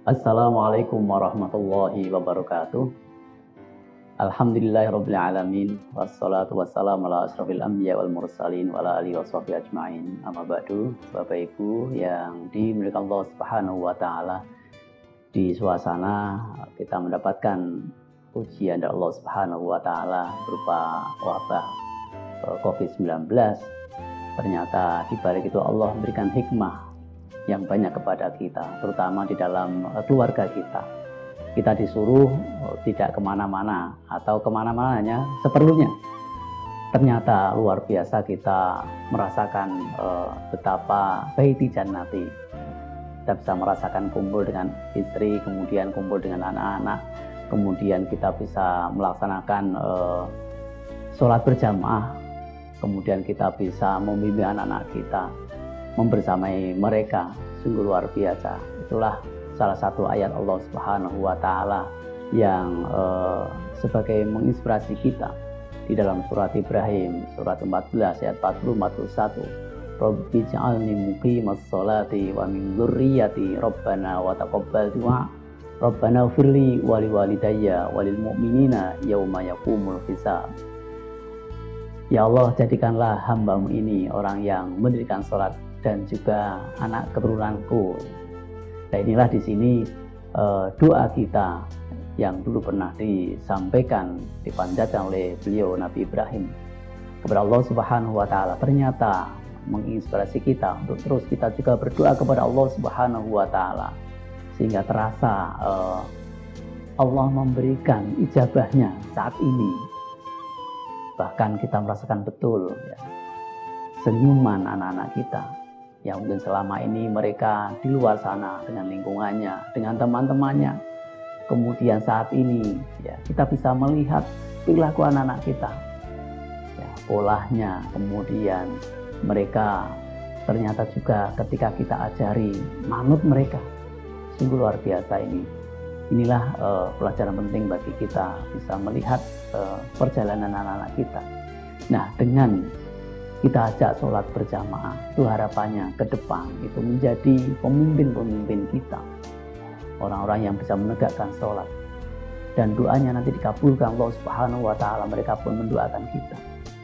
Assalamualaikum warahmatullahi wabarakatuh. Alhamdulillahirabbil alamin wassalatu wassalamu ala asrofil anbiya wal mursalin wa ala alihi washabbihi ajmain. Amma ba'du, Bapak Ibu yang dimuliakan Allah Subhanahu wa taala. Di suasana kita mendapatkan ujian dari Allah Subhanahu wa taala berupa wabah Covid-19. Ternyata di balik itu Allah memberikan hikmah yang banyak kepada kita, terutama di dalam keluarga kita. Kita disuruh tidak kemana-mana atau kemana-mana hanya seperlunya. Ternyata luar biasa kita merasakan betapa baiti jannati. Kita bisa merasakan kumpul dengan istri, kemudian kumpul dengan anak-anak, kemudian kita bisa melaksanakan sholat berjamaah, kemudian kita bisa membimbing anak-anak kita, membersamai mereka. Sungguh luar biasa. Itulah salah satu ayat Allah Subhanahu wa taala yang sebagai menginspirasi kita di dalam surat Ibrahim surat 14 ayat 40-41. Rabbi ja'alni muqimas sholati wa min dzurriyyati rabbana wa taqabbal du'a. Rabbana firli wa liwalidayya walil mu'minina yauma yaqumul hisab. Ya Allah, jadikanlah hamba-Mu ini orang yang mendirikan sholat dan juga anak keturunanku. Nah, inilah di sini doa kita yang dulu pernah disampaikan, dipanjatkan oleh beliau Nabi Ibrahim kepada Allah Subhanahu wa taala. Ternyata menginspirasi kita untuk terus kita juga berdoa kepada Allah Subhanahu wa taala, sehingga terasa Allah memberikan ijabahnya saat ini. Bahkan kita merasakan betul ya, senyuman anak-anak kita yang mungkin selama ini mereka di luar sana dengan lingkungannya, dengan teman-temannya. Kemudian saat ini ya, kita bisa melihat perilaku anak-anak kita, ya, polanya. Kemudian mereka ternyata juga ketika kita ajari manut mereka. Sungguh luar biasa ini. Inilah pelajaran penting bagi kita bisa melihat perjalanan anak-anak kita. Nah, dengan kita ajak sholat berjamaah, itu harapannya ke depan itu menjadi pemimpin-pemimpin kita, orang-orang yang bisa menegakkan sholat, dan doanya nanti dikabulkan Allah Subhanahu wa taala. Mereka pun mendoakan kita.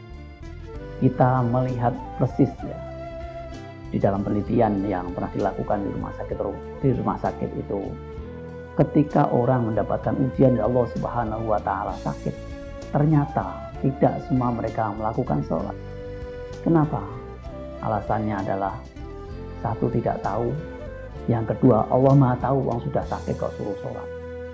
Kita melihat persis ya, di dalam penelitian yang pernah dilakukan di rumah sakit itu, ketika orang mendapatkan ujian dari Allah Subhanahu wa taala sakit, ternyata tidak semua mereka melakukan sholat. Kenapa? Alasannya adalah satu, tidak tahu. Yang kedua, Allah Maha tahu orang sudah sakit kok suruh sholat.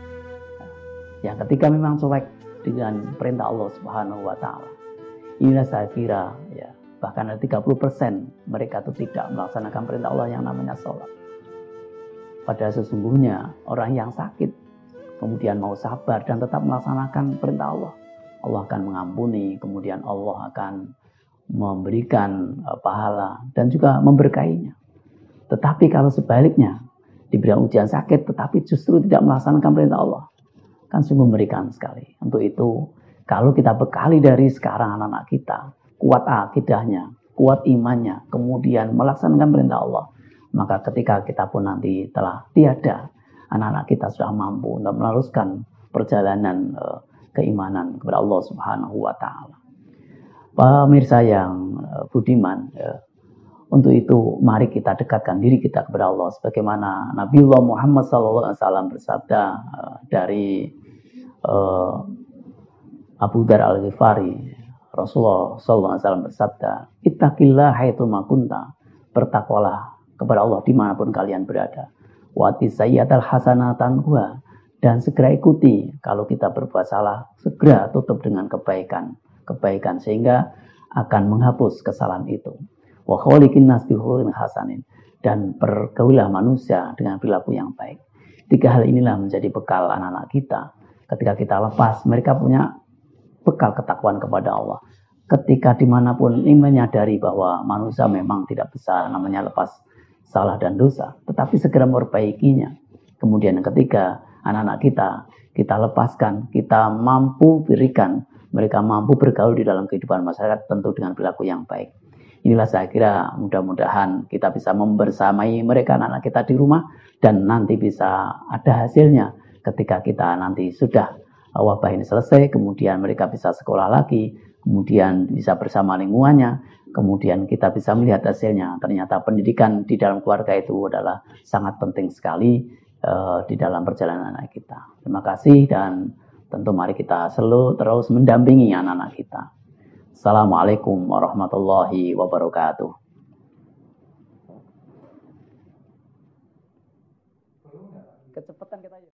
Yang ketiga, memang cuek dengan perintah Allah Subhanahu wa taala. Inilah saya kira ya, bahkan ada 30% mereka itu tidak melaksanakan perintah Allah yang namanya sholat. Padahal sesungguhnya orang yang sakit kemudian mau sabar dan tetap melaksanakan perintah Allah, Allah akan mengampuni, kemudian Allah akan memberikan pahala dan juga memberkahinya. Tetapi kalau sebaliknya diberi ujian sakit tetapi justru tidak melaksanakan perintah Allah, kan sungguh mengerikan sekali. Untuk itu, kalau kita bekali dari sekarang anak-anak kita kuat akidahnya, kuat imannya, kemudian melaksanakan perintah Allah, maka ketika kita pun nanti telah tiada, anak-anak kita sudah mampu untuk meneruskan perjalanan keimanan kepada Allah Subhanahu wa taala. Pemirsa yang budiman, untuk itu mari kita dekatkan diri kita kepada Allah sebagaimana Nabiullah Muhammad SAW bersabda dari Abu Dzar Al-Ghifari. Rasulullah SAW bersabda, ittaqillah haitsu ma kunta, bertakwalah kepada Allah dimanapun kalian berada. Wa tisayyatal hasanatan huwa, dan segera ikuti kalau kita berbuat salah, segera tutup dengan kebaikan sehingga akan menghapus kesalahan itu. Wa khaliqin nas bi khuluqin hasanin, dan pergaulah manusia dengan perilaku yang baik. Tiga hal inilah menjadi bekal anak-anak kita. Ketika kita lepas, mereka punya bekal ketakwaan kepada Allah. Ketika dimanapun ini menyadari bahwa manusia memang tidak bisa namanya lepas salah dan dosa, tetapi segera memperbaikinya. Kemudian yang ketiga, anak-anak kita lepaskan, kita mampu berikan, mereka mampu bergaul di dalam kehidupan masyarakat tentu dengan perilaku yang baik. Inilah saya kira mudah-mudahan kita bisa membersamai mereka anak-anak kita di rumah dan nanti bisa ada hasilnya ketika kita nanti sudah wabah ini selesai, kemudian mereka bisa sekolah lagi, kemudian bisa bersama lingkungannya, kemudian kita bisa melihat hasilnya. Ternyata pendidikan di dalam keluarga itu adalah sangat penting sekali di dalam perjalanan anak kita. Terima kasih dan tentu mari kita selalu terus mendampingi anak-anak kita. Assalamualaikum warahmatullahi wabarakatuh. Kecepatan kita